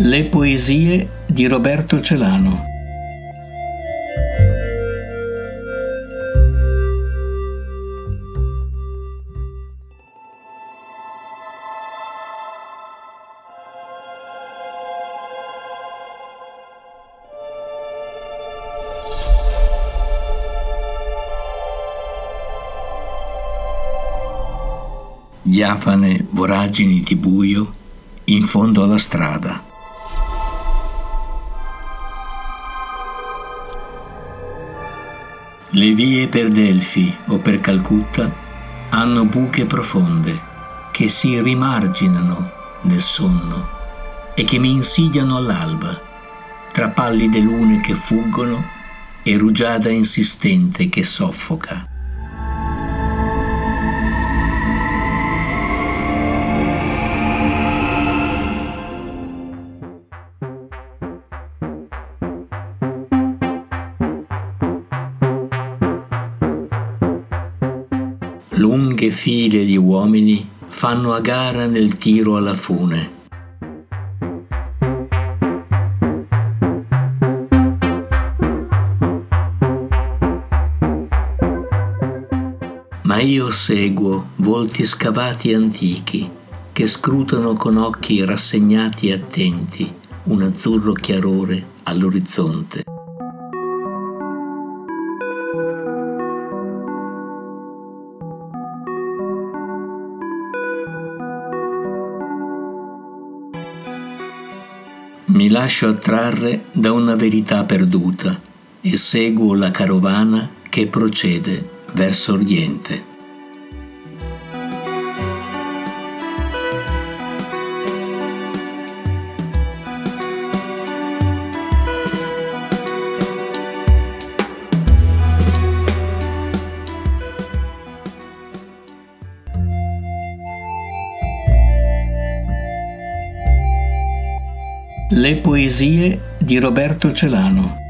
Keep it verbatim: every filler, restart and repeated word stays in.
Le poesie di Roberto Celano. Diafane voragini di buio in fondo alla strada. Le vie per Delfi o per Calcutta hanno buche profonde che si rimarginano nel sonno e che mi insidiano all'alba, tra pallide lune che fuggono e rugiada insistente che soffoca. Lunghe file di uomini fanno a gara nel tiro alla fune. Ma io seguo volti scavati antichi che scrutano con occhi rassegnati e attenti un azzurro chiarore all'orizzonte. Mi lascio attrarre da una verità perduta e seguo la carovana che procede verso Oriente. Le poesie di Roberto Celano.